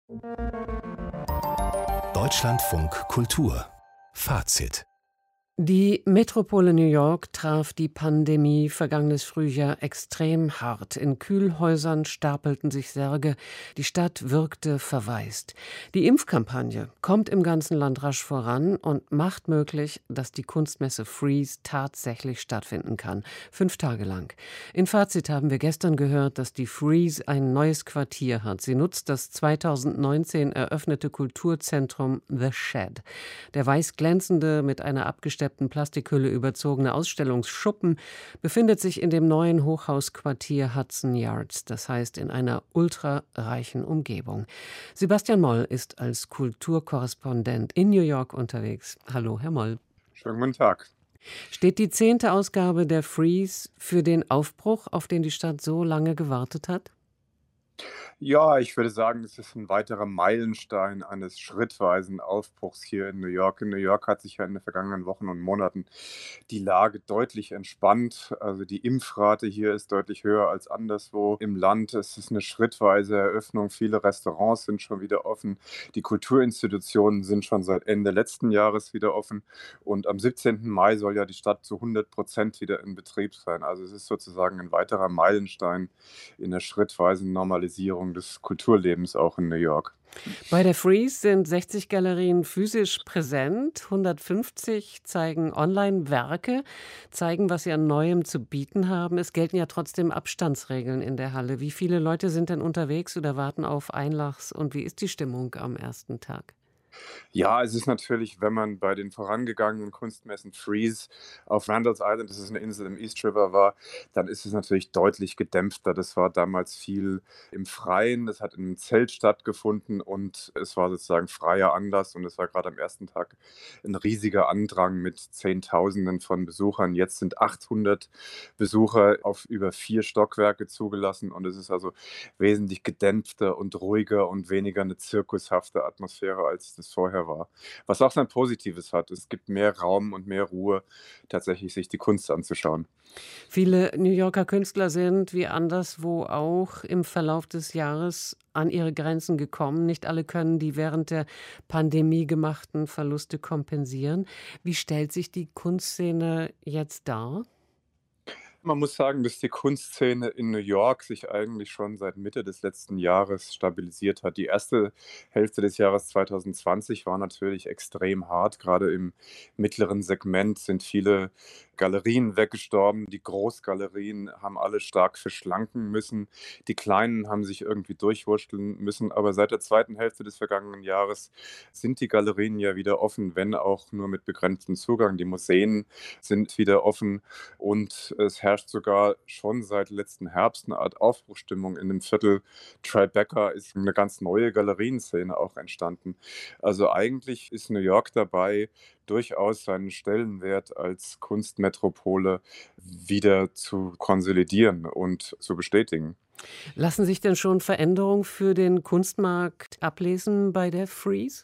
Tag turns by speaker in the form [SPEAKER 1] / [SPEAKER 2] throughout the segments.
[SPEAKER 1] Deutschlandfunk Kultur Fazit.
[SPEAKER 2] Die Metropole New York traf die Pandemie vergangenes Frühjahr extrem hart. In Kühlhäusern stapelten sich Särge. Die Stadt wirkte verwaist. Die Impfkampagne kommt im ganzen Land rasch voran und macht möglich, dass die Kunstmesse Frieze tatsächlich stattfinden kann. 5 Tage lang. In Fazit haben wir gestern gehört, dass die Frieze ein neues Quartier hat. Sie nutzt das 2019 eröffnete Kulturzentrum The Shed. Der weiß glänzende, mit einer abgesteppten Plastikhülle überzogene Ausstellungsschuppen befindet sich in dem neuen Hochhausquartier Hudson Yards, das heißt in einer ultrareichen Umgebung. Sebastian Moll ist als Kulturkorrespondent in New York unterwegs. Hallo, Herr Moll.
[SPEAKER 3] Schönen guten Tag.
[SPEAKER 2] Steht die 10. Ausgabe der Frieze für den Aufbruch, auf den die Stadt so lange gewartet hat?
[SPEAKER 3] Ja, ich würde sagen, es ist ein weiterer Meilenstein eines schrittweisen Aufbruchs hier in New York. In New York hat sich ja in den vergangenen Wochen und Monaten die Lage deutlich entspannt. Also die Impfrate hier ist deutlich höher als anderswo im Land. Es ist eine schrittweise Eröffnung. Viele Restaurants sind schon wieder offen. Die Kulturinstitutionen sind schon seit Ende letzten Jahres wieder offen. Und am 17. Mai soll ja die Stadt zu 100% wieder in Betrieb sein. Also es ist sozusagen ein weiterer Meilenstein in der schrittweisen Normalisierung des Kulturlebens auch in New York.
[SPEAKER 2] Bei der Frieze sind 60 Galerien physisch präsent, 150 zeigen Online-Werke, zeigen, was sie an Neuem zu bieten haben. Es gelten ja trotzdem Abstandsregeln in der Halle. Wie viele Leute sind denn unterwegs oder warten auf Einlass und wie ist die Stimmung am ersten Tag?
[SPEAKER 3] Ja, es ist natürlich, wenn man bei den vorangegangenen Kunstmessen Frieze auf Randall's Island, das ist eine Insel im East River war, dann ist es natürlich deutlich gedämpfter. Das war damals viel im Freien, das hat in einem Zelt stattgefunden und es war sozusagen freier Anlass und es war gerade am ersten Tag ein riesiger Andrang mit Zehntausenden von Besuchern. Jetzt sind 800 Besucher auf über 4 Stockwerke zugelassen und es ist also wesentlich gedämpfter und ruhiger und weniger eine zirkushafte Atmosphäre, als das vorher war. Was auch sein Positives hat. Es gibt mehr Raum und mehr Ruhe, tatsächlich sich die Kunst anzuschauen.
[SPEAKER 2] Viele New Yorker Künstler sind, wie anderswo auch, im Verlauf des Jahres an ihre Grenzen gekommen. Nicht alle können die während der Pandemie gemachten Verluste kompensieren. Wie stellt sich die Kunstszene jetzt dar?
[SPEAKER 3] Man muss sagen, dass die Kunstszene in New York sich eigentlich schon seit Mitte des letzten Jahres stabilisiert hat. Die erste Hälfte des Jahres 2020 war natürlich extrem hart. Gerade im mittleren Segment sind viele Galerien weggestorben. Die Großgalerien haben alle stark verschlanken müssen. Die kleinen haben sich irgendwie durchwurschteln müssen. Aber seit der zweiten Hälfte des vergangenen Jahres sind die Galerien ja wieder offen, wenn auch nur mit begrenztem Zugang. Die Museen sind wieder offen und es herrscht sogar schon seit letzten Herbst eine Art Aufbruchsstimmung in dem Viertel. Tribeca ist eine ganz neue Galerienszene auch entstanden. Also eigentlich ist New York dabei, durchaus seinen Stellenwert als Kunstmetropole wieder zu konsolidieren und zu bestätigen.
[SPEAKER 2] Lassen sich denn schon Veränderungen für den Kunstmarkt ablesen bei der Frieze?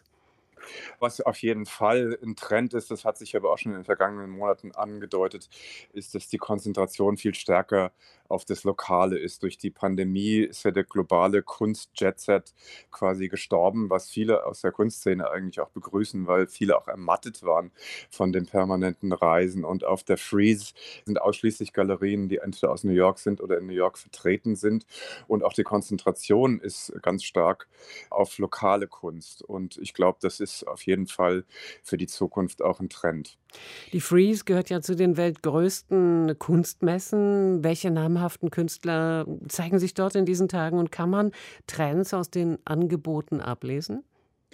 [SPEAKER 3] Was auf jeden Fall ein Trend ist, das hat sich aber auch schon in den vergangenen Monaten angedeutet, ist, dass die Konzentration viel stärker auf das Lokale ist. Durch die Pandemie ist ja der globale Kunst-Jet-Set quasi gestorben, was viele aus der Kunstszene eigentlich auch begrüßen, weil viele auch ermattet waren von den permanenten Reisen. Und auf der Frieze sind ausschließlich Galerien, die entweder aus New York sind oder in New York vertreten sind. Und auch die Konzentration ist ganz stark auf lokale Kunst. Und ich glaube, das ist auf jeden Fall für die Zukunft auch ein Trend.
[SPEAKER 2] Die Frieze gehört ja zu den weltgrößten Kunstmessen. Welche namhaften Künstler zeigen sich dort in diesen Tagen und kann man Trends aus den Angeboten ablesen?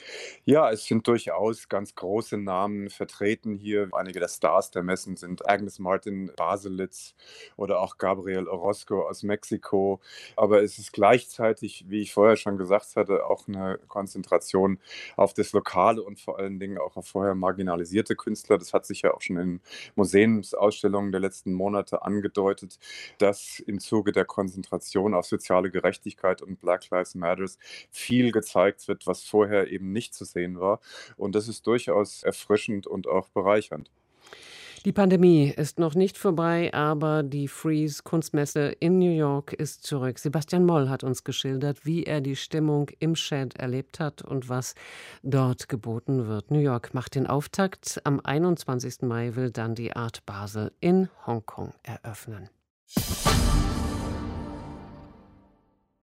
[SPEAKER 3] Ja, es sind durchaus ganz große Namen vertreten hier. Einige der Stars der Messen sind Agnes Martin, Baselitz oder auch Gabriel Orozco aus Mexiko. Aber es ist gleichzeitig, wie ich vorher schon gesagt hatte, auch eine Konzentration auf das Lokale und vor allen Dingen auch auf vorher marginalisierte Künstler. Das hat sich ja auch schon in Museumsausstellungen der letzten Monate angedeutet, dass im Zuge der Konzentration auf soziale Gerechtigkeit und Black Lives Matters viel gezeigt wird, was vorher eben nicht zu sehen war. Und das ist durchaus erfrischend und auch bereichernd.
[SPEAKER 2] Die Pandemie ist noch nicht vorbei, aber die Frieze Kunstmesse in New York ist zurück. Sebastian Moll hat uns geschildert, wie er die Stimmung im Shed erlebt hat und was dort geboten wird. New York macht den Auftakt. Am 21. Mai will dann die Art Basel in Hongkong eröffnen.